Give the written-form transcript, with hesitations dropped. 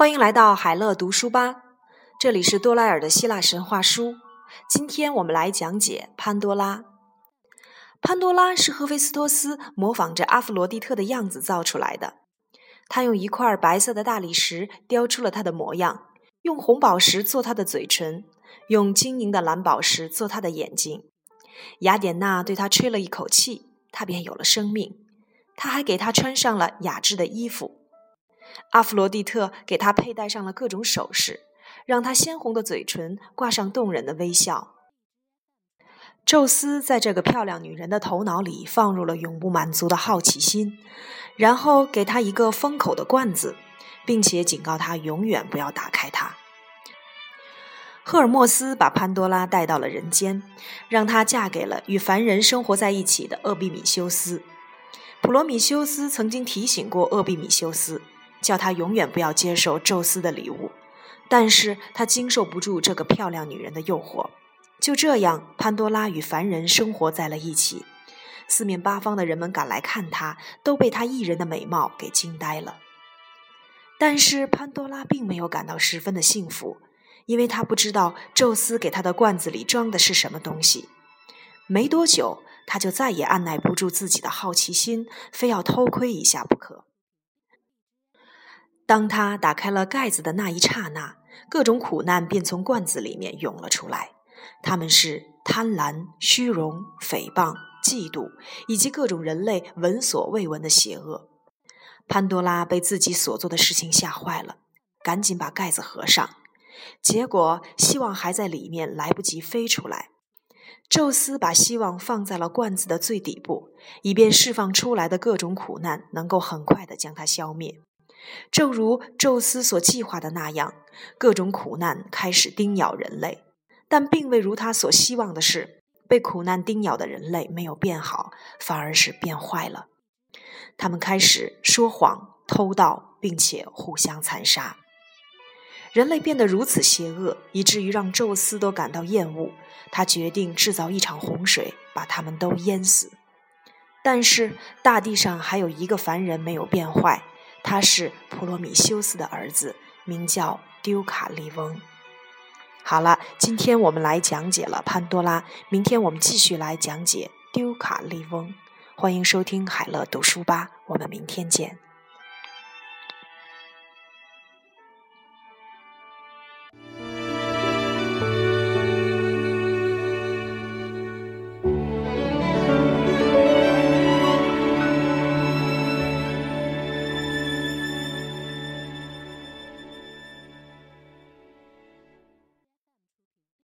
欢迎来到海乐读书吧，这里是多莱尔的希腊神话书。今天我们来讲解潘多拉。潘多拉是赫菲斯托斯模仿着阿弗罗狄特的样子造出来的。他用一块白色的大理石雕出了她的模样，用红宝石做她的嘴唇，用晶莹的蓝宝石做她的眼睛。雅典娜对他吹了一口气，他便有了生命。他还给他穿上了雅致的衣服。阿弗罗狄特给他佩戴上了各种首饰，让他鲜红的嘴唇挂上动人的微笑。宙斯在这个漂亮女人的头脑里放入了永不满足的好奇心，然后给她一个封口的罐子，并且警告她永远不要打开它。赫尔墨斯把潘多拉带到了人间，让她嫁给了与凡人生活在一起的厄庇米修斯。普罗米修斯曾经提醒过厄庇米修斯，叫他永远不要接受宙斯的礼物，但是他经受不住这个漂亮女人的诱惑。就这样，潘多拉与凡人生活在了一起，四面八方的人们赶来看她，都被她艺人的美貌给惊呆了。但是潘多拉并没有感到十分的幸福，因为她不知道宙斯给她的罐子里装的是什么东西。没多久，她就再也按耐不住自己的好奇心，非要偷窥一下不可。当他打开了盖子的那一刹那，各种苦难便从罐子里面涌了出来。他们是贪婪、虚荣、诽谤、嫉妒，以及各种人类闻所未闻的邪恶。潘多拉被自己所做的事情吓坏了，赶紧把盖子合上。结果希望还在里面，来不及飞出来。宙斯把希望放在了罐子的最底部，以便释放出来的各种苦难能够很快地将它消灭。正如宙斯所计划的那样，各种苦难开始叮咬人类，但并未如他所希望的是，被苦难叮咬的人类没有变好，反而是变坏了。他们开始说谎、偷盗，并且互相残杀。人类变得如此邪恶，以至于让宙斯都感到厌恶。他决定制造一场洪水，把他们都淹死。但是大地上还有一个凡人没有变坏，他是普罗米修斯的儿子，名叫丢卡利翁。好了，今天我们来讲解了潘多拉，明天我们继续来讲解丢卡利翁。欢迎收听海乐读书吧，我们明天见。